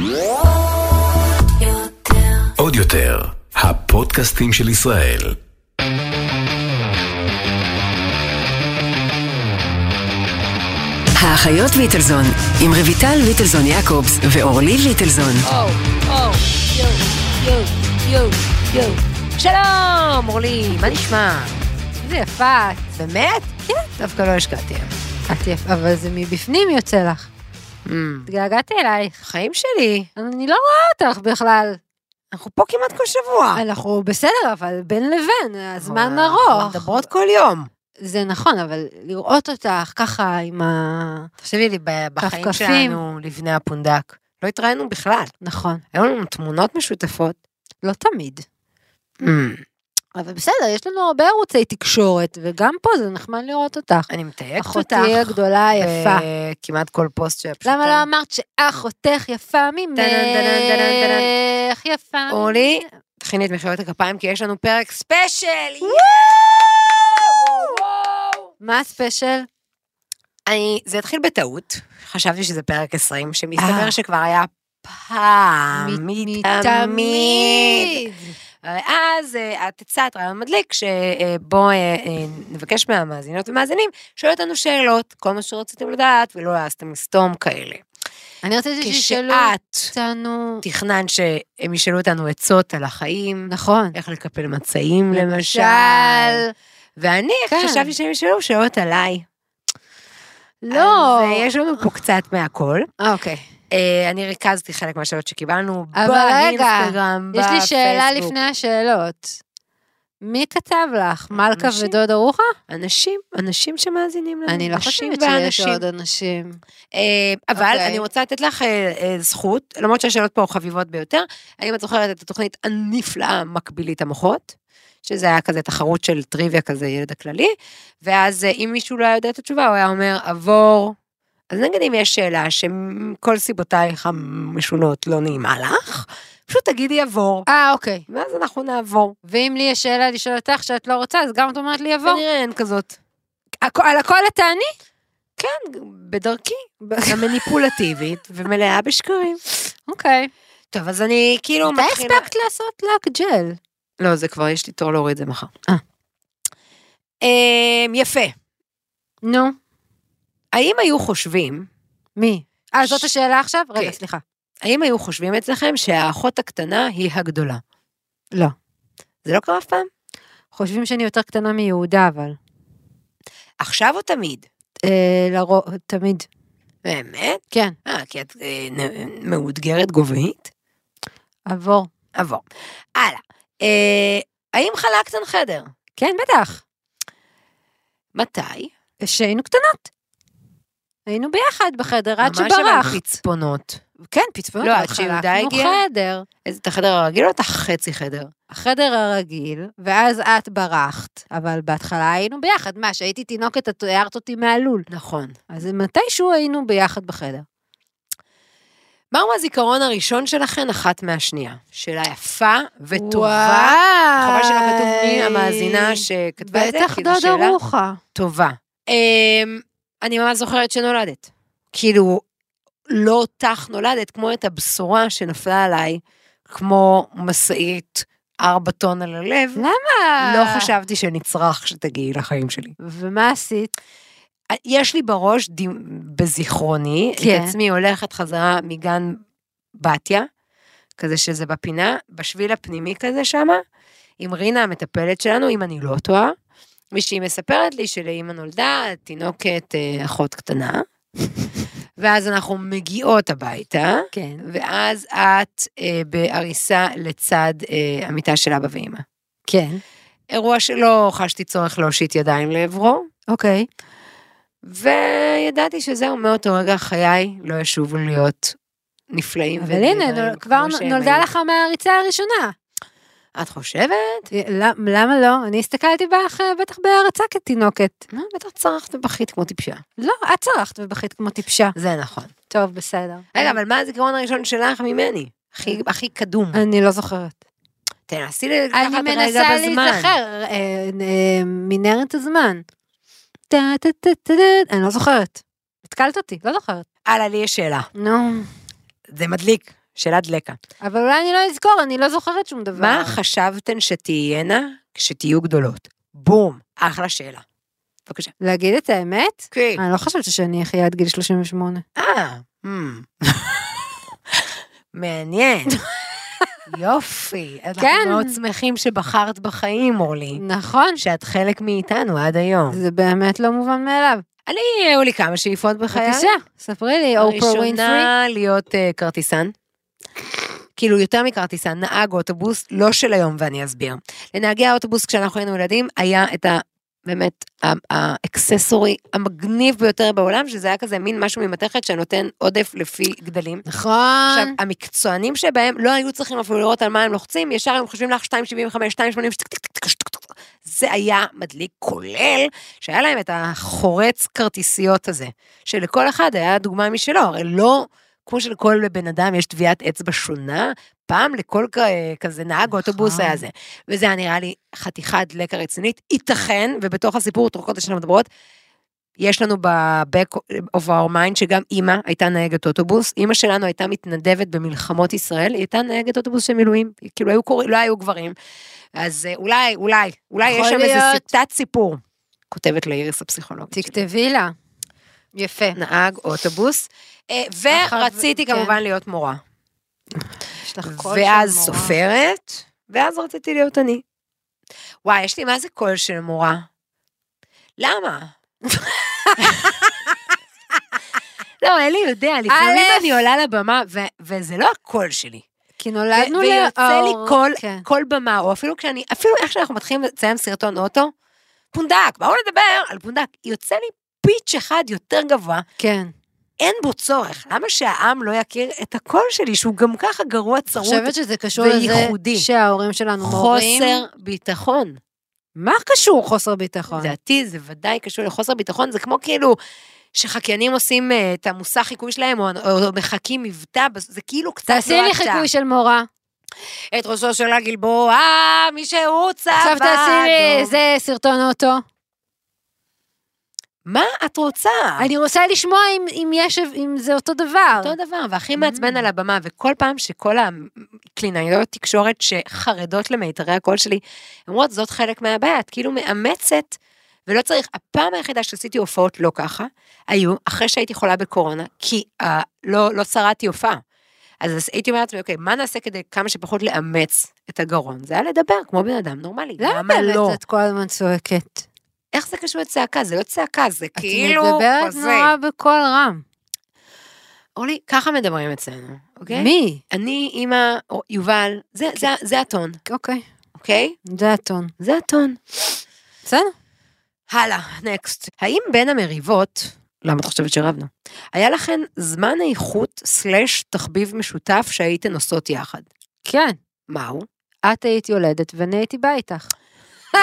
עוד יותר, הפודקאסטים של ישראל. האחיות ליטלזון, עם רויטל ליטלזון יעקובס ואורלי ליטלזון. יו. שלום, אורלי, מה נשמע? זה יפה. באמת? כן. דווקא לא השקעתי. את יפה, אבל זה מבפנים יוצא לך. התגעגעתי אלייך. חיים שלי. אני לא רואה אותך בכלל. אנחנו פה כמעט כל שבוע. אנחנו בסדר, אבל בין לבין, הזמן ארוך. מדברות כל יום. זה נכון, אבל לראות אותך ככה עם ה... תחשבי לי, בחיים שלנו, לפני הפונדק, לא התראינו בכלל. נכון. היו לנו תמונות משותפות. לא תמיד. אבל בסדר, יש לנו הרבה ערוצי תקשורת, וגם פה זה נחמד לראות אותך. אני מתייגת אותך. אחותי הגדולה יפה. כמעט כל פוסט שפשוט... למה לא אמרת שאחותך יפה ממך? יפה. אורלי, תכיני את מחיאות הכפיים, כי יש לנו פרק ספיישל. מה הספיישל? זה התחיל בטעות. חשבתי שזה פרק 20, שמסתבר שכבר היה פעם מתמיד. אז את הצעת רעיון מדליק, שבו נבקש מהמאזינות ומאזינים, שואל אותנו שאלות, כל מה שרציתם לדעת, ולא העזתם לסתום כאלה. אני רציתי שישאלו אותנו... תכנן שהם ישאלו אותנו עצות על החיים. נכון. איך לקפל מצעים למשל. ואני חשבתי שהם ישאלו שאלות עליי. לא. אז יש לנו פה קצת מהכל. אוקיי. אני ריכזתי חלק מהשאלות שקיבלנו באינסטגרם, יש לי שאלה לפני השאלות. מי כתב לך? מלכה ודודה רוחה? אנשים שמאזינים לנו. אני לא חושבת שיש עוד אנשים. אבל אני רוצה לתת לך זכות, למרות שהשאלות פה חביבות ביותר, האם את זוכרת את התוכנית הנפלאה מקבילית המוחות, שזה היה כזה תחרות של טריוויה כזה, ילד הכללי, ואז אם מישהו לא יודע את התשובה, הוא היה אומר, עבור... אז נגיד אם יש שאלה שכל סיבותייך המשונות לא נעימה לך, פשוט תגידי עבור. אוקיי. ואז אנחנו נעבור. ואם לי יש שאלה לשאול אותך שאת לא רוצה, אז גם את אומרת לי עבור? כנראה אין כזאת. על הכל תעני? כן, בדרכי. המניפולטיבית ומלאה בשקרים. אוקיי. טוב, אז אני כאילו מתי הספקת לעשות לק ג'ל? לא, זה כבר יש לי תור להוריד את זה מחר. יפה. נו. האם היו חושבים... מי? זאת השאלה עכשיו? רגע, סליחה. האם היו חושבים אצלכם שהאחות הקטנה היא הגדולה? לא. זה לא קרה אף פעם? חושבים שאני יותר קטנה מיהודה, אבל. עכשיו או תמיד? תמיד. באמת? כן. כי את מאותגרת גובהית? עבור. הלאה. האם חלקתן חדר? כן, בטח. מתי? שהיינו קטנות. היינו ביחד בחדר, עד שברח. ממש אבל פצפונות. כן, פצפונות. לא, עד שיהודה הגיע? חדר. את החדר הרגיל או את החצי חדר? החדר הרגיל, ואז את ברחת, אבל בהתחלה היינו ביחד. מה, שהייתי תינוקת, את הערת אותי מהלול. נכון. אז מתישהו היינו ביחד בחדר. מהו הזיכרון הראשון שלכן אחת מהשנייה? שאלה יפה וטובה. חבל שלא כתוב מי המאזינה שכתבה את זה. בטח דודה רוחה. טובה. אני ממש זוכרת שנולדת. כאילו, לא אותך נולדת, כמו את הבשורה שנפלה עליי, כמו מסעית 4 טון על הלב. למה? לא חשבתי שנצרח שתגיעי לחיים שלי. ומה עשית? יש לי בראש, בזיכרוני, את עצמי הולכת חזרה מגן בתיה, כזה שזה בפינה, בשביל הפנימי כזה שמה, עם רינה המטפלת שלנו, אם אני לא טועה, ושהיא מספרת לי שלאמא נולדה, תינוקת אחות קטנה, ואז אנחנו מגיעות הביתה, כן. ואז את בעריסה לצד המיטה של אבא ואמא. כן. אירוע שלא חשתי צורך להושיט ידיים לעברו. אוקיי. וידעתי שזהו, מאותו רגע חיי לא ישובו להיות נפלאים. אבל הנה, כבר נולדה לך מהריצה הראשונה. את חושבת? למה לא? אני הסתכלתי בך בטח בהרצה כתינוקת. בטח צרחת ובכית כמו טיפשה. לא, את צרחת ובכית כמו טיפשה. זה נכון. טוב, בסדר. רגע, אבל מה הזיכרון הראשון שלך ממני? הכי קדום. אני לא זוכרת. תנסי לקחת רגע בזמן. אני מנסה להיזכר, מנהרת הזמן. אני לא זוכרת. התקלת אותי, לא זוכרת. הלאה, לי יש שאלה. נו. זה מדליק. שאלה דלקה. אבל אולי אני לא אזכור, אני לא זוכרת שום דבר. מה חשבתן שתהיינה כשתהיו גדולות? בום, אחלה שאלה. בבקשה. להגיד את האמת? כן. אני לא חושבת שאני אחיה עד גיל 38. מעניין. יופי. אנחנו כן. מאוד שמחים שבחרת בחיים, אורלי. נכון. שאת חלק מאיתנו עד היום. זה באמת לא מובן מאליו. היו לי כמה שאיפות בחיי. בבקשה, ספרי לי, אופרה ווינפרי. הראשונה להיות כרטיסן. כאילו יותר מכרטיסן, נהג אוטובוס, לא של היום, ואני אסביר. לנהגי האוטובוס, כשאנחנו היינו ילדים, היה את באמת, האקססורי המגניב ביותר בעולם, שזה היה כזה מין משהו ממתכת שנותן עודף לפי גדלים. נכון. עכשיו, המקצוענים שבהם לא היו צריכים אפילו לראות על מה הם לוחצים, ישר הם חושבים לך 2.75, 2.80, זה היה מדליק, כולל שהיה להם את החורץ כרטיסיות הזה, שלכל אחד היה דוגמה משלו, הרי לא, כמו שלכל בן אדם יש טביעת אצבע שונה, פעם לכל כזה נהג אוטובוס היה זה, וזה היה נראה לי חתיכת דלקה רצינית, ייתכן, ובתוך הסיפור תורכות שלנו מדברות, יש לנו ב-back of our mind, שגם אמא הייתה נהגת אוטובוס, אמא שלנו הייתה מתנדבת במלחמות ישראל, היא הייתה נהגת אוטובוס של מילואים, כאילו לא היו גברים, אז אולי יש שם איזה סיטת סיפור, כותבת לאיריס הפסיכולוגית. תכתבי לה. יפה. נהג אוטובוס, ורציתי כמובן להיות מורה. ואז סופרת, ואז רציתי להיות אני. וואי, יש לי מה זה קול של מורה? למה? לא, אלי יודע, לפעמים אני עולה לבמה, וזה לא הקול שלי. כי נולדנו ויוצא לי כל במה, או אפילו איך שאנחנו מתחילים לציין סרטון אוטו, פונדק, באו לדבר על פונדק, יוצא לי פיץ' אחד יותר גבוה, כן. אין בו צורך, למה שהעם לא יכיר את הקול שלי, שהוא גם ככה גרוע צרות וייחודי. אני חושבת שזה קשור לזה שההורים שלנו מורים. חוסר ביטחון. מה קשור חוסר ביטחון? לדעתי זה ודאי קשור לחוסר ביטחון, זה כמו כאילו שחקיינים עושים את המוסך חיקוי שלהם, או מחכים מבטא, זה כאילו קצת לא אתה. תעשי לי חיקוי של מורה. את ראשו של הגלבוע, מי שהוא צבא. עכשיו תעשי לי איזה סרטון אוטו. מה את רוצה? אני רוצה לשמוע אם זה אותו דבר. אותו דבר, והכי מעצבן על הבמה, וכל פעם שכל הקלינאיות תקשורת שחרדות למיתרי הקול שלי, אומרות, זאת חלק מהבעיה, את כאילו מאמצת, ולא צריך, הפעם היחידה שעשיתי הופעות לא ככה, היו אחרי שהייתי חולה בקורונה, כי לא שרדתי הופעה. אז הייתי אומרת, אוקיי, מה נעשה כדי כמה שפחות לאמץ את הגרון? זה היה לדבר כמו בן אדם נורמלי. למה לא? את כל הזמן צועקת. איך זה קשור לצעקה? זה לא צעקה, זה כאילו... את מדברת נורא בקול רם. אורלי, ככה מדברים אצלנו, אוקיי? מי? אני, אמא, יובל, זה הטון. אוקיי. אוקיי? זה הטון. זה הטון. בסדר. הלאה, נקסט. האם בין המריבות, למה את חושבת שרבנו? היה לכן זמן איכות / תחביב משותף שהייתן עושות יחד? כן. מהו? את היית יולדת ואני הייתי בא איתך. לא,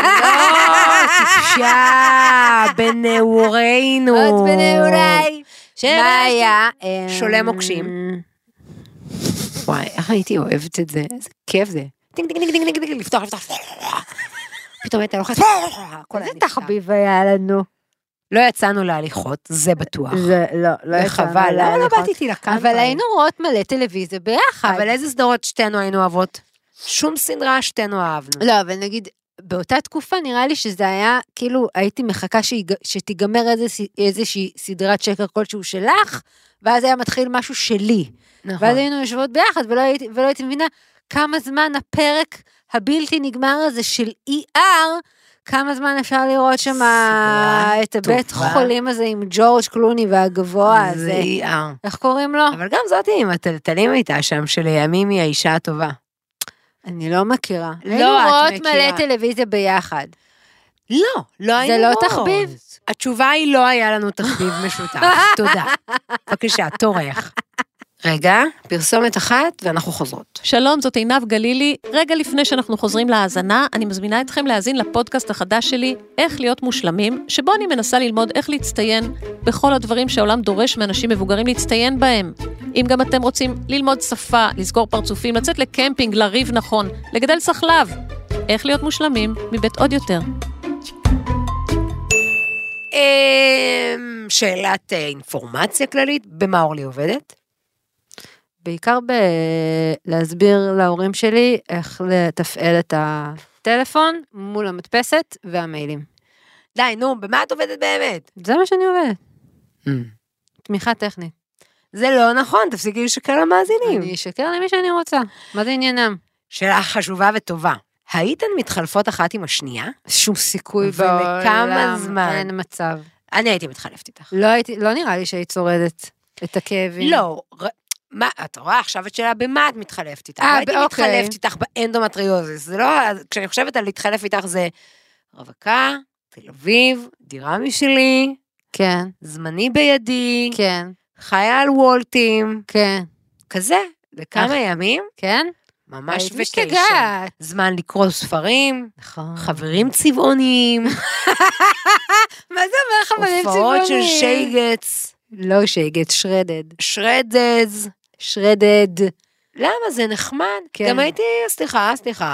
תקשה, בנעורינו. עוד בנעוריי. מה היה? שולה מוקשים. וואי, איך הייתי אוהבת את זה? איזה כיף זה. דינג דינג דינג דינג דינג, לפתוח. פתאום הייתה לוחצת. איזה תחביב היה לנו. לא יצאנו להליכות, זה בטוח. זה לא יצאנו וחבל, להליכות. לא באתי איתי לקנטה. אבל היינו רואות מלא טלוויזיה ביחד. אבל איזה סדרות שתינו היינו אוהבות? שום סדרה שתינו אהבנו. לא, אבל נגיד, באותה תקופה נראה לי שזה היה, כאילו הייתי מחכה שתיגמר איזושהי סדרת שקר כלשהו שלך, ואז היה מתחיל משהו שלי. נכון. ואז היינו יושבות ביחד, ולא הייתי מבינה כמה זמן הפרק הבלתי נגמר הזה של ER, כמה זמן אפשר לראות שם את הבית חולים הזה עם ג'ורג' קלוני והגבוה הזה. זה ER. איך קוראים לו? אבל גם זאת עם הטלטלים הייתה שם, שלימים היא האישה הטובה. אני לא מכירה. לא, היינו את רואות מכירה. מלא טלוויזיה ביחד. לא היינו זה לא רואות. תחביב? התשובה היא לא היה לנו תחביב משותף. תודה. בבקשה, תורך. רגע, פרסומת אחת ואנחנו חוזרות. שלום, זאת עינב גלילי. רגע לפני שאנחנו חוזרים להאזנה, אני מזמינה אתכם להאזין לפודקאסט החדש שלי, איך להיות מושלמים, שבו אני מנסה ללמוד איך להצטיין בכל הדברים שהעולם דורש מאנשים מבוגרים להצטיין בהם. אם גם אתם רוצים ללמוד שפה, לסגור פרצופים, לצאת לקמפינג, לריב נכון, לגדל סחלב, איך להיות מושלמים מבית עוד יותר. שאלת אינפורמציה כללית, במה אורלי עובדת? בעיקר להסביר להורים שלי איך לתפעל את הטלפון מול המדפסת והמיילים. די, נו, במה את עובדת באמת? זה מה שאני עובדת. תמיכה טכנית. זה לא נכון, תפסיקי לשקר למאזינים. אני אשקר למי שאני רוצה. מה זה עניינם? שאלה חשובה וטובה. הייתן מתחלפות אחת עם השנייה? שום סיכוי ולכמה זמן? אין מצב. אני הייתי מתחלפת איתך. לא נראה לי שהיית שורדת את הכאבים. לא, מה, את רואה עכשיו את שאלה במה את מתחלפת איתך? הייתי מתחלפת איתך באנדומטריוזיס. זה לא, כשאני חושבת על להתחלף איתך זה רווקה, תל אביב, דירה משלי, כן. זמני בידי, כן. חיה על וולטים, כן. כזה, לכמה ימים, כן? ממש וקיישן. זמן לקרוא ספרים, נכון. חברים צבעוניים, מה זה אומר חברים צבעוניים? הופעות של שייגץ. לא שייגץ, שרדד. שרדז. שרדד. למה? זה נחמד. כן. גם הייתי, סליחה,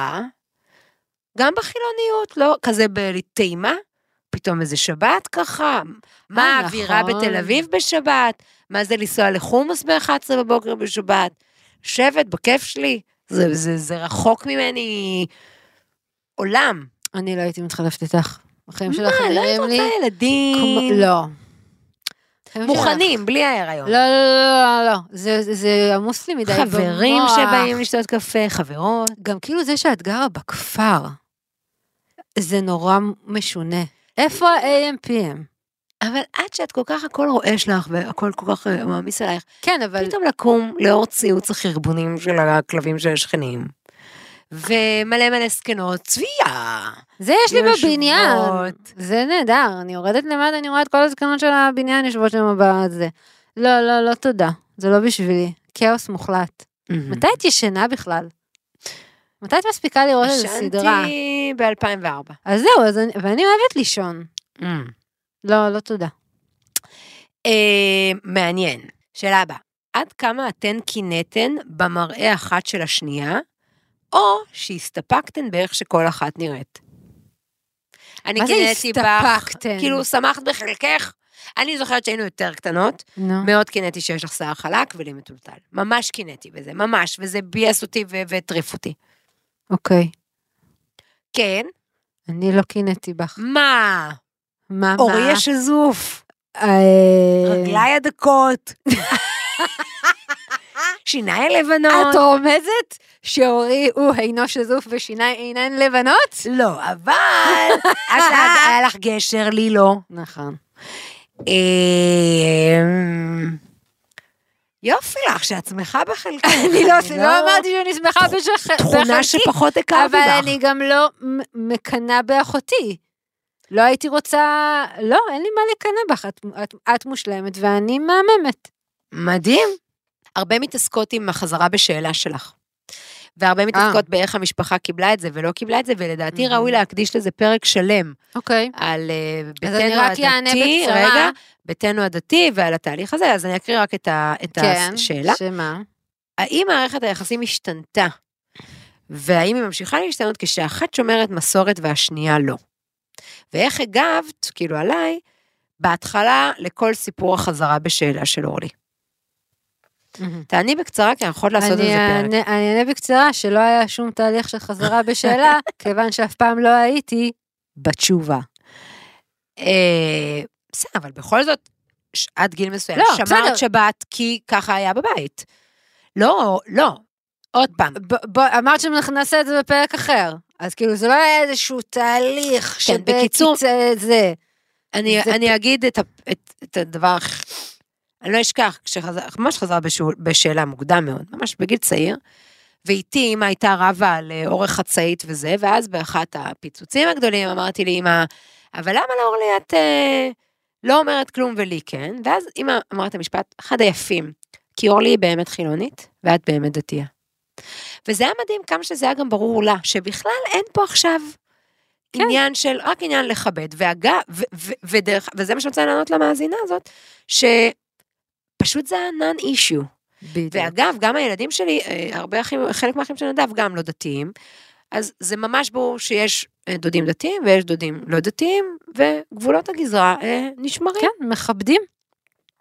גם בחילוניות, לא, כזה בטעימה, פתאום איזה שבת ככה, מה האווירה בתל אביב בשבת, מה זה לנסוע לחומוס ב-11 בבוקר בשבת, שבת בכיף שלי, זה רחוק ממני עולם. אני לא הייתי מתחלפת איתך. החיים שלך מה, לא היית נראים לי... רוצה ילדים? לא. מוכנים, בלי ההיריון. לא. זה עמוס לי מדי במוח. חברים שבאים לשתות קפה, חברות. גם כאילו זה שאת גרה בכפר, זה נורא משונה. איפה ה-AM/PM? אבל עד שאת כל כך הכל רועש לך, והכל כל כך מעמיס עלייך, כן, אבל... פתאום לקום לאור ציוץ החרבונים של הכלבים של השכנים, ומלא סקנות, צביעה. זה יש לי בבניין. זה נהדר, אני יורדת למטה, אני רואה את כל הזקנות של הבניין, יושבות שם בזה. לא, תודה. זה לא בשבילי. כאוס מוחלט. מתי את ישנה בכלל? מתי את מספיקה לראות איזה סדרה? ישנתי ב-2004. אז זהו, ואני אוהבת לישון. לא, תודה. מעניין. שאלה הבאה. עד כמה אתן קינאתן במראה אחת של השנייה, או שהסתפקתן באיך שכל אחת נראית? אני קינאתי בך, כאילו שמחת בחלקך. אני זוכרת שהיינו יותר קטנות, מאוד קינאתי שיש לך שיער חלק ולי מטולטל. ממש קינאתי בזה, ממש, וזה בייס אותי והטריף אותי. אוקיי. כן? אני לא קינאתי בך. מה? מה? אורי השזוף. רגליי הדקות. שיניים לבנות. את רומזת שאורי הוא אינו שזוף ושיניים אינן לבנות? לא, אבל אז היה לך גשר, לי לא. נכון. יופי לך, שאת שמחה בחלקה. אני לא אמרתי שאני שמחה בחלקי. תכונה שפחות הכרתי בך. אבל אני גם לא מקנה באחותי. לא הייתי רוצה, לא, אין לי מה לקנה בך. את מושלמת ואני מהממת. מדהים. הרבה מתעסקות עם החזרה בשאלה שלך. והרבה מתעסקות באיך המשפחה קיבלה את זה ולא קיבלה את זה, ולדעתי ראוי להקדיש לזה פרק שלם. אוקיי. על ביתנו הדתי, רגע, ביתנו הדתי ועל התהליך הזה, אז אני אקריא רק את השאלה. כן, שמה? האם מערכת היחסים השתנתה, והאם היא ממשיכה להשתנות כשאחת שומרת מסורת והשנייה לא? ואיך הגבת, כאילו עליי, בהתחלה לכל סיפור החזרה בשאלה של אורלי? תעני בקצרה, כי אני יכולת לעשות את זה פרק. אני אענה בקצרה, שלא היה שום תהליך של חזרה בשאלה, כיוון שאף פעם לא הייתי בתשובה. בסדר, אבל בכל זאת, עד גיל מסוים, שמרת שבת, כי ככה היה בבית. לא, עוד פעם. אמרת שנעשה את זה בפרק אחר, אז כאילו זה לא היה איזשהו תהליך, שבקיצור, אני אגיד את הדבר אני לא אשכח, ממש חזרה בשאלה מוקדם מאוד, ממש בגיל צעיר, ואיתי אמא הייתה רבה על אורך חצאית וזה, ואז באחת הפיצוצים הגדולים אמרתי לי, אמא, אבל למה לאורלי את לא אומרת כלום ולי כן? ואז אמא אמרת המשפט, אחד היפים, כי אורלי היא באמת חילונית, ואת באמת דתייה. וזה היה מדהים כמה שזה היה גם ברור לה, שבכלל אין פה עכשיו עניין של, רק עניין לכבד, וזה מה שרוצה לענות למאזינה הזאת, פשוט זה נון אישיו. ואגב, גם הילדים שלי, חלק מהאחים של נדב, גם לא דתיים, אז זה ממש ברור שיש דודים דתיים, ויש דודים לא דתיים, וגבולות הגזרה נשמרים. כן, מכבדים.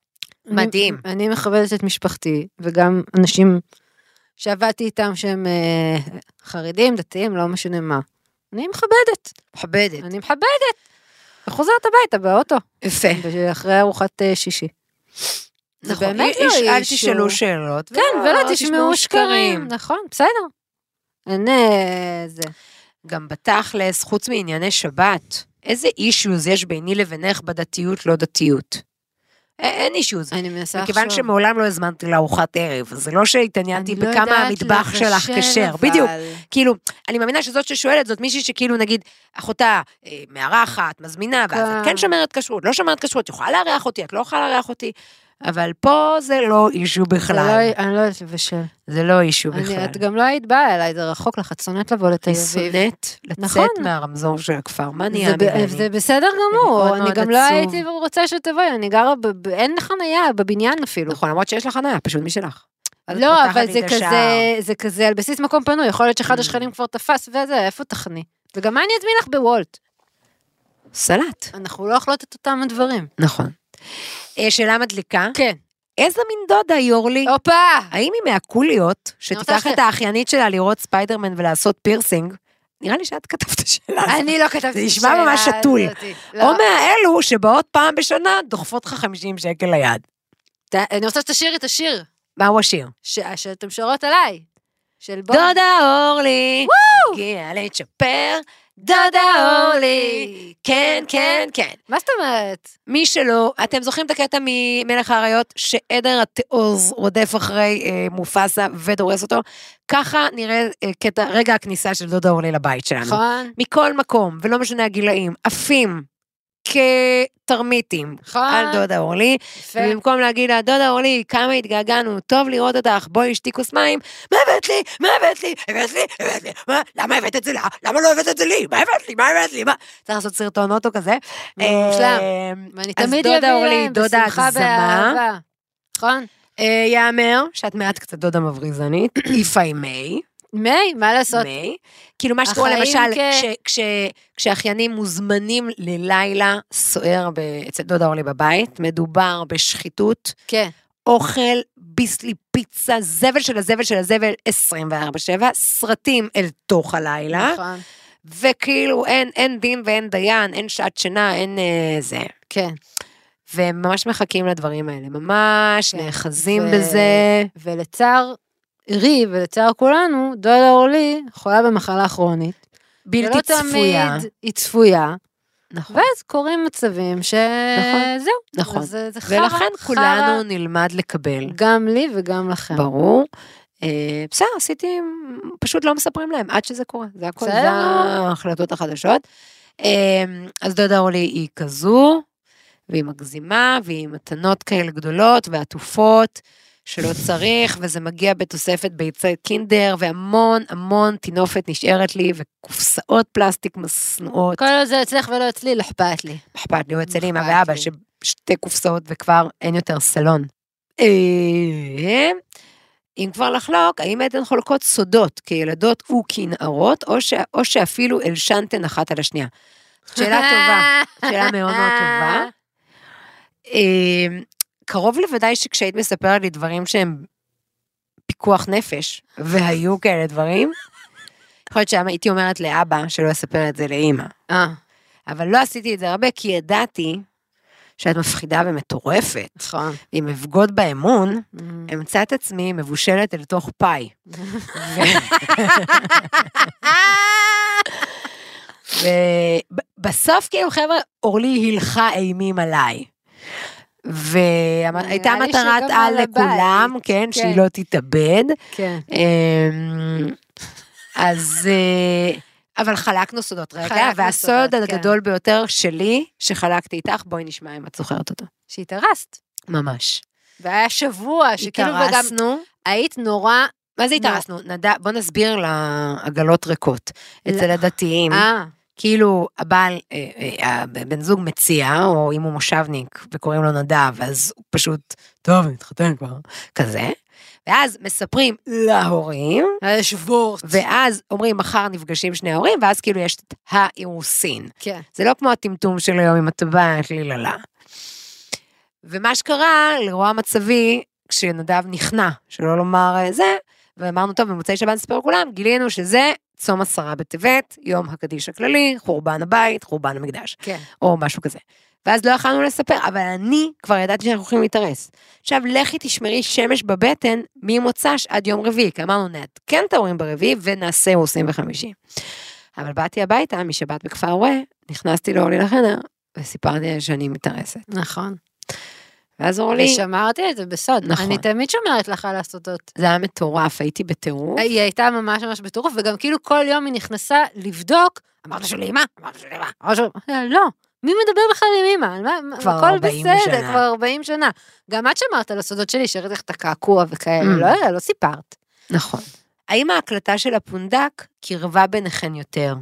מדהים. אני מכבדת את משפחתי, וגם אנשים שעבדתי איתם שהם חרדים, דתיים, לא משנה מה. אני מכבדת. אני מכבדת. וחוזרת הביתה באוטו. יפה. אחרי ארוחת שישי. זה באמת לא אישו. אל תשאלו שאלות. כן, ולא תשמעו שקרים. נכון, בסדר. אין זה. גם בתכלס, חוץ מענייני שבת, איזה אישוז יש ביני לבינך בדתיות, לא דתיות? אין אישוז. אני מנסה לחשוב. מכיוון שמעולם לא הזמנתי לארוחת ערב, זה לא שהתעניינתי בכמה המטבח שלך כשר. בדיוק. כאילו, אני מאמינה שזאת ששואלת, זאת מישהי שכאילו נגיד, אחותה מארחת, מזמינה, ואז את כן שומרת כשרות, לא שומרת כשרות, יכולה לארח אותי, את לא יכולה לארח אותי, אבל פה זה לא אישו בכלל. אני לא יודעת לבשל. זה לא אישו בכלל. את גם לא היית באה אליי, זה רחוק לך, את שונאת לבוא לתל אביב. שונאת לצאת מהרמזור של הכפר, מה נהיה ממני? זה בסדר גמור, אני גם לא הייתי רוצה שתבואי, אני גרה, אין חניה בבניין אפילו. נכון, למרות שיש לך חניה, פשוט משלך. לא, אבל זה כזה על בסיס מקום פנוי, יכול להיות שאחד השכנים כבר תפס וזה, איפה תכני? וגם מה אני אזמין לך בוולט? סלט. אנחנו לא אוכלות את אותם הדברים. נכון. שאלה מדליקה? כן. איזה מין דודה היא אורלי? הופה! האם היא מהקוליות, שתיקח את האחיינית שלה לראות ספיידרמן ולעשות פירסינג? נראה לי שאת כתבת את השאלה הזאת. אני לא כתבתי את השאלה. זה נשמע ממש שתול. או מהאלו שבאות פעם בשנה, דוחפות לך 50 שקל ליד. אני רוצה שתשאירי את השיר. מהו השיר? שאתם שרות עליי. של דודה אורלי, הגיע לצ'פר, דודה אורלי, כן, כן, כן. מה זאת אומרת? מי שלא, אתם זוכרים את הקטע ממלך האריות, שעדר התעוז רודף אחרי מופסה ודורס אותו? ככה נראה קטע, רגע הכניסה של דודה אורלי לבית שלנו. נכון. מכל מקום, ולא משנה הגילאים, עפים כתרמיתים על דודה אורלי, ובמקום להגיד לה, דודה אורלי, כמה התגעגענו, טוב לראות אותך, בואי אשתי כוס מים, מה הבאת לי? מה הבאת לי? הבאת לי? למה הבאת את זה לה? למה לא הבאת את זה לי? מה הבאת לי? מה הבאת לי? צריך לעשות סרטון אוטו כזה. מושלם. ואני תמיד אביא להם בשמחה באהבה. נכון? יאמר שאת מעט קצת דודה מבריזנית, if I may. מה לעשות? כאילו מה שקורה למשל, כשאחיינים מוזמנים ללילה סוער אצל דודה אורלי בבית, מדובר בשחיתות, אוכל, ביסלי, פיצה, זבל של הזבל של הזבל, 24/7, סרטים אל תוך הלילה, וכאילו אין דין ואין דיין, אין שעת שינה, אין זה. כן. והם ממש מחכים לדברים האלה, ממש נאחזים בזה. ולצער רי ולצער כולנו, דודה אורלי חולה במחלה כרונית. בלתי צפויה. ולא תמיד היא צפויה. נכון. ואז קורים מצבים שזהו. נכון. זה חרא. ולכן כולנו נלמד לקבל. גם לי וגם לכם. ברור. בסדר, עשיתי, פשוט לא מספרים להם עד שזה קורה. זה הכל, זה ההחלטות החדשות. אז דודה אורלי היא כזו, והיא מגזימה, והיא מתנות כאלה גדולות ועטופות, שלא צריך, וזה מגיע בתוספת ביצי קינדר, והמון המון תינופת נשארת לי, וקופסאות פלסטיק מסנועות. כל זה אצלך ולא אצלי, לא אכפת לי. אכפת לי, הוא אצל אמא ואבא, ששתי קופסאות וכבר אין יותר סלון. אם כבר לחלוק, האם אתן חולקות סודות, כילדות וכנערות, או שאפילו אלשנתן אחת על השנייה? שאלה טובה, שאלה מאוד מאוד טובה. קרוב לוודאי שכשהיית מספרת לי דברים שהם פיקוח נפש, והיו כאלה דברים, יכול להיות שהייתי אומרת לאבא שלא אספר את זה לאמא. אבל לא עשיתי את זה הרבה, כי ידעתי שאת מפחידה ומטורפת. נכון. אם אבגוד באמון, אמצא את עצמי מבושלת אל תוך פאי. ובסוף כאילו חבר'ה, אורלי הלכה אימים עליי. והייתה מטרת על לכולם, כן, שהיא לא תתאבד. כן. אז, אבל חלקנו סודות רגע, והסוד הגדול ביותר שלי, שחלקתי איתך, בואי נשמע אם את זוכרת אותו. שהתארסת. ממש. והיה שבוע, שכאילו וגם היית נורא... מה זה התארסנו? בוא נסביר לעגלות ריקות. אצל הדתיים. כאילו הבעל, הבן זוג מציע, או אם הוא מושבניק, וקוראים לו נדב, אז הוא פשוט, טוב, נתחתן כבר, כזה. ואז מספרים להורים, ואז אומרים, מחר נפגשים שני ההורים, ואז כאילו יש את האירוסין. כן. זה לא כמו הטמטום של היום עם הטבעת ליללה. ומה שקרה, לרוע מצבי, כשנדב נכנע, שלא לומר זה, ואמרנו, טוב, במוצאי שבת נספר לכולם, גילינו שזה צום 10 בטבת, יום הקדיש הכללי, חורבן הבית, חורבן המקדש. כן. או משהו כזה. ואז לא יכולנו לספר, אבל אני כבר ידעתי שאנחנו הולכים להתארס. עכשיו, לכי תשמרי שמש בבטן, ממוצ"ש עד יום רביעי, כי אמרנו, נעדכן את ההורים ברביעי, ונעשה עושים וחמישי. אבל באתי הביתה, משבת בכפר רואה, נכנסתי לאורלי לחדר, וסיפרתי שאני מתארסת. נכון. ואז אורלי... ושמרתי את זה בסוד. נכון. אני תמיד שומרת לך על הסודות. זה היה מטורף, הייתי בטירוף. היא הייתה ממש ממש בטירוף, וגם כאילו כל יום היא נכנסה לבדוק, אמרת של אמא, לא. מי מדבר בכלל עם אמא? כבר 40 שנה. בסדר, כבר 40 שנה. גם את שמרת על הסודות שלי, שרת לך את הקעקוע וכאלה, לא סיפרת. נכון. האם ההקלטה של הפונדק קרבה ביניכן יותר?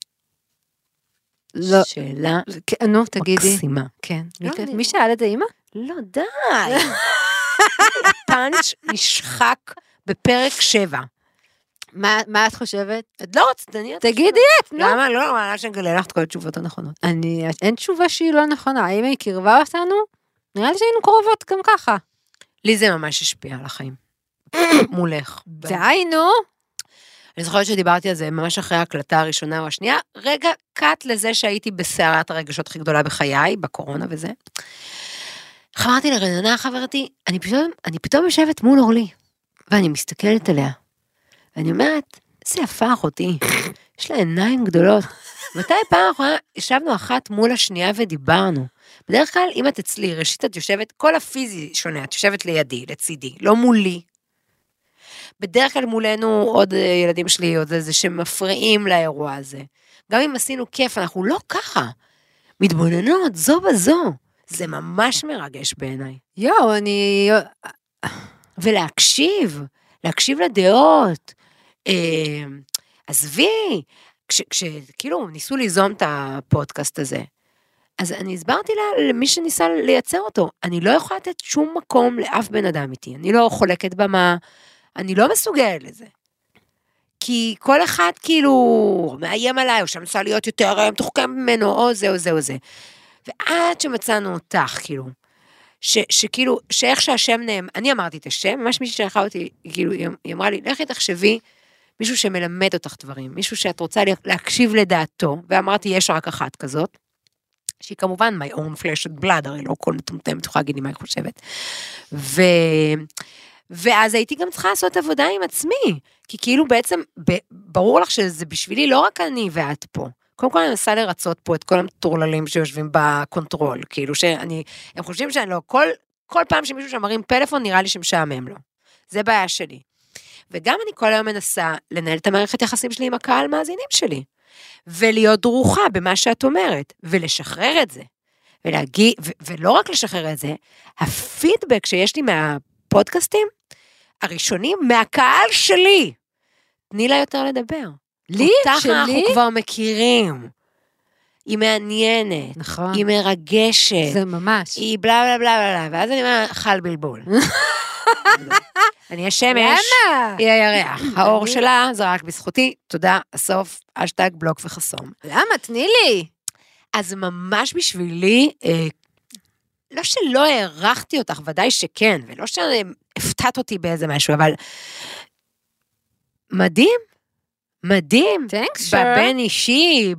לא. שאלה נו, תגידי. מקסימה. כן. מי שאל את זה אמא? לא, די. פאנץ' נשחק בפרק 7. מה את חושבת? את לא רצת, תגידי את, נו. למה? לא, אני שנגלה לך את כל התשובות הנכונות. אין תשובה שהיא לא נכונה. האם היא קרבה אותנו? נראה לי שהיינו קרובות גם ככה. לי זה ממש השפיע על החיים. מולך. די, נו. אני זוכרת שדיברתי על זה ממש אחרי ההקלטה הראשונה או השנייה, רגע קאט לזה שהייתי בסערת הרגשות הכי גדולה בחיי, בקורונה וזה. אמרתי לרננה חברתי, אני פתאום יושבת מול אורלי, ואני מסתכלת עליה, ואני אומרת, זה יפה אחותי, יש לה עיניים גדולות. מתי פעם אחרונה ישבנו אחת מול השנייה ודיברנו? בדרך כלל, אם את אצלי, ראשית את יושבת, כל הפיזי שונה, את יושבת לידי, לצידי, לא מולי. בדרך כלל מולנו עוד ילדים שלי, עוד איזה שמפריעים לאירוע הזה. גם אם עשינו כיף, אנחנו לא ככה. מתבוננות, זו בזו. זה ממש מרגש בעיניי. ולהקשיב, להקשיב לדעות. עזבי, כשכאילו ניסו ליזום את הפודקאסט הזה, אז אני הסברתי למי שניסה לייצר אותו, אני לא יכולה לתת שום מקום לאף בן אדם איתי, אני לא חולקת במה, אני לא מסוגלת לזה. כי כל אחד כאילו מאיים עליי, או שאני רוצה להיות יותר מתוחכם ממנו, או זה או זה או זה. ועד שמצאנו אותך, כאילו, שכאילו, שאיך שהשם נאם, אני אמרתי את השם, ממש מישהי שלחה אותי, כאילו, היא אמרה לי, לכי תחשבי, מישהו שמלמד אותך דברים, מישהו שאת רוצה להקשיב לדעתו, ואמרתי, יש רק אחת כזאת, שהיא כמובן my own flesh and blood, הרי לא כל מטומטם, תוכל להגיד לי מה היא חושבת. ואז הייתי גם צריכה לעשות עבודה עם עצמי, כי כאילו בעצם, ברור לך שזה בשבילי לא רק אני ואת פה, קודם כל אני מנסה לרצות פה את כל המטורללים שיושבים בקונטרול, כאילו הם חושבים שאני לא, כל פעם שמישהו שמרים פלאפון נראה לי שמשעמם לו, זה בעיה שלי. וגם אני כל היום מנסה לנהל את המערכת יחסים שלי עם הקהל מאזינים שלי, ולהיות דרוכה במה שאת אומרת, ולשחרר את זה, ולהגיד, ולא רק לשחרר את זה, הפידבק שיש לי מהפודקאסטים, הראשונים מהקהל שלי, תני לה יותר לדבר. לי? אותך שלי? אנחנו כבר מכירים. היא מעניינת, נכון. היא מרגשת. זה ממש. היא בלה בלה בלה בלה, ואז אני אומר, חל בלבול. אני השמש, למה? היא הירח. האור שלה זה רק בזכותי, תודה, הסוף, אשטג, בלוק וחסום. למה? תני לי. אז ממש בשבילי, לא שלא הערכתי אותך, ודאי שכן, ולא שהפתעת אותי באיזה משהו, אבל מדהים, מדהים. Thanks, בבין אישי,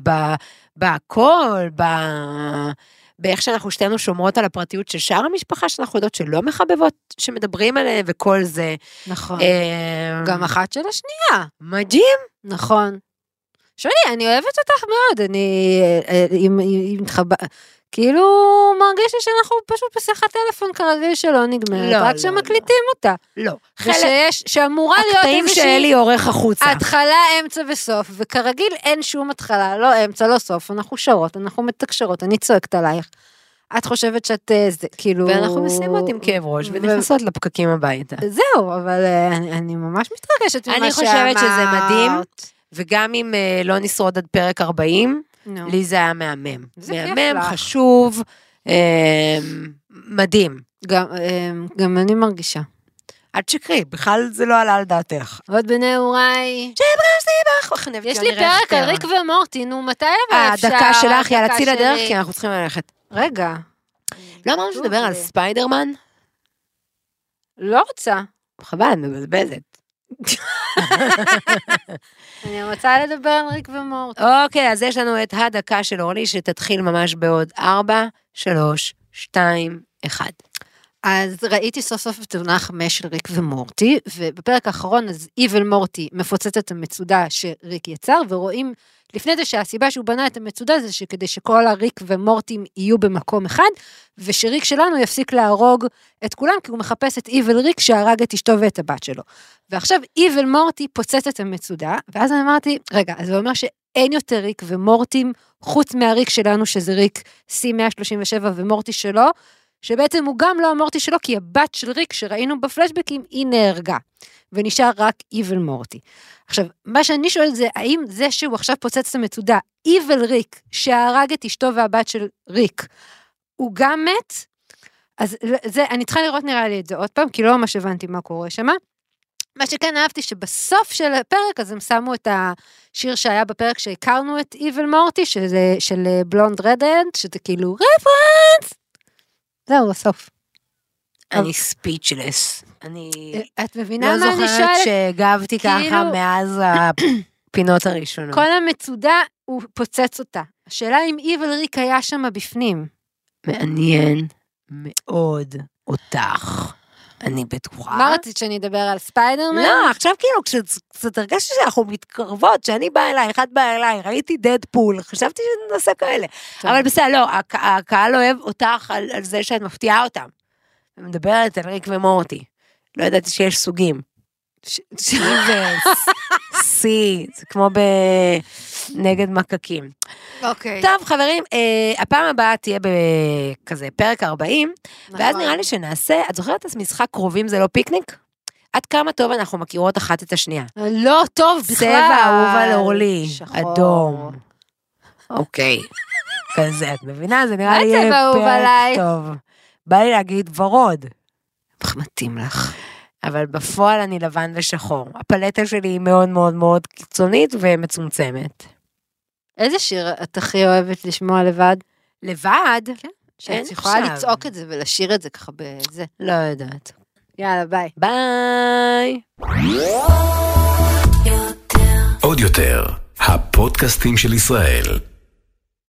בהכל, באיך שאנחנו שתינו שומרות על הפרטיות של שאר המשפחה, שאנחנו יודעות שלא מחבבות, שמדברים עליהן וכל זה. נכון. גם אחת של השנייה. מדהים. נכון. שולי, אני אוהבת אותך מאוד, אני כאילו מרגיש לי שאנחנו פשוט בשיחת טלפון כרגיל שלא נגמרת, רק שמקליטים אותה. לא. שאמורה להיות הקטעים שאלי עורך החוצה. התחלה, אמצע וסוף, וכרגיל אין שום התחלה, לא אמצע, לא סוף, אנחנו שרות, אנחנו מתקשרות, אני צועקת עלייך. את חושבת שאת זה, כאילו... ואנחנו מסיימות עם כאב ראש, ונכנסות לפקקים הביתה. זהו, אבל אני ממש מתרגשת ממה שאמרת. אני חושבת שזה מדהים, וגם אם לא נשרוד עד פרק 40, לי זה היה מהמם. מהמם, חשוב, מדהים. גם אני מרגישה. עד שקרי, בכלל זה לא עלה על דעתך. עוד בנעוריי. יש לי פרק על ריק ומורטי, נו, מתי אבל אפשר? הדקה שלך, יאללה, צאי לדרך, כי אנחנו צריכים ללכת. רגע. לא אמרנו שדבר על ספיידרמן? לא רוצה. חבל, אני מבזבזת. אני רוצה לדבר על ריק ומורטי. אוקיי, אז יש לנו את הדקה של אורלי, שתתחיל ממש בעוד 4, 3, 2, 1. אז ראיתי סוף סוף את עונה 5 של ריק ומורטי, ובפרק האחרון אז איבל מורטי מפוצץ את המצודה שריק יצר, ורואים לפני זה שהסיבה שהוא בנה את המצודה זה שכדי שכל הריק ומורטים יהיו במקום אחד, ושריק שלנו יפסיק להרוג את כולם, כי הוא מחפש את איבל ריק שהרג את אשתו ואת הבת שלו. ועכשיו איבל מורטי פוצץ את המצודה, ואז אני אמרתי, רגע, אז הוא אומר שאין יותר ריק ומורטים, חוץ מהריק שלנו שזה ריק C137 ומורטי שלו, שבעצם הוא גם לא המורטי שלו, כי הבת של ריק שראינו בפלשבקים, היא נהרגה, ונשאר רק איבל מורטי. עכשיו, מה שאני שואלת זה, האם זה שהוא עכשיו פוצץ את המצודה, איבל ריק, שהרג את אשתו והבת של ריק, הוא גם מת? אז זה, אני צריכה לראות נראה לי את זה עוד פעם, כי לא ממש הבנתי מה קורה שם. מה שכן אהבתי שבסוף של הפרק, אז הם שמו את השיר שהיה בפרק שהכרנו את איבל מורטי, שזה של בלונד רדד, שזה כאילו רפרנס. זהו, בסוף. אני ספיצ'לס. את מבינה לא מה אני שואלת? זוכרת שהגבתי ככה מאז הפינות הראשונות. כל המצודה, הוא פוצץ אותה. השאלה אם איבל ריק היה שם בפנים. מעניין מאוד אותך. אני בטוחה. מה רצית שאני אדבר על ספיידרמן? לא, עכשיו כאילו, כשקצת הרגשתי שאנחנו מתקרבות, שאני באה אליי, אחד באה אליי, ראיתי דדפול, חשבתי שנעשה כאלה. אבל בסדר, לא, הקהל אוהב אותך על זה שאת מפתיעה אותם. ומדברת על ריק ומורטי. לא ידעתי שיש סוגים. סי, זה כמו נגד מקקים. אוקיי. טוב, חברים, הפעם הבאה תהיה בכזה פרק 40, ואז נראה לי שנעשה, את זוכרת את משחק קרובים זה לא פיקניק? עד כמה טוב אנחנו מכירות אחת את השנייה. לא טוב בכלל. צבע אהוב על אורלי, שחור. אדום. אוקיי. כזה, את מבינה? זה נראה לי מה צבע אהוב עליי? טוב. בא לי להגיד ורוד. איך מתאים לך. אבל בפועל אני לבן ושחור. הפלטה שלי היא מאוד מאוד מאוד קיצונית ומצומצמת. איזה שיר את הכי אוהבת לשמוע לבד? לבד? כן. שאת יכולה לצעוק את זה ולשיר את זה ככה בזה. לא יודעת. יאללה, ביי. ביי. עוד יותר, הפודקאסטים של ישראל.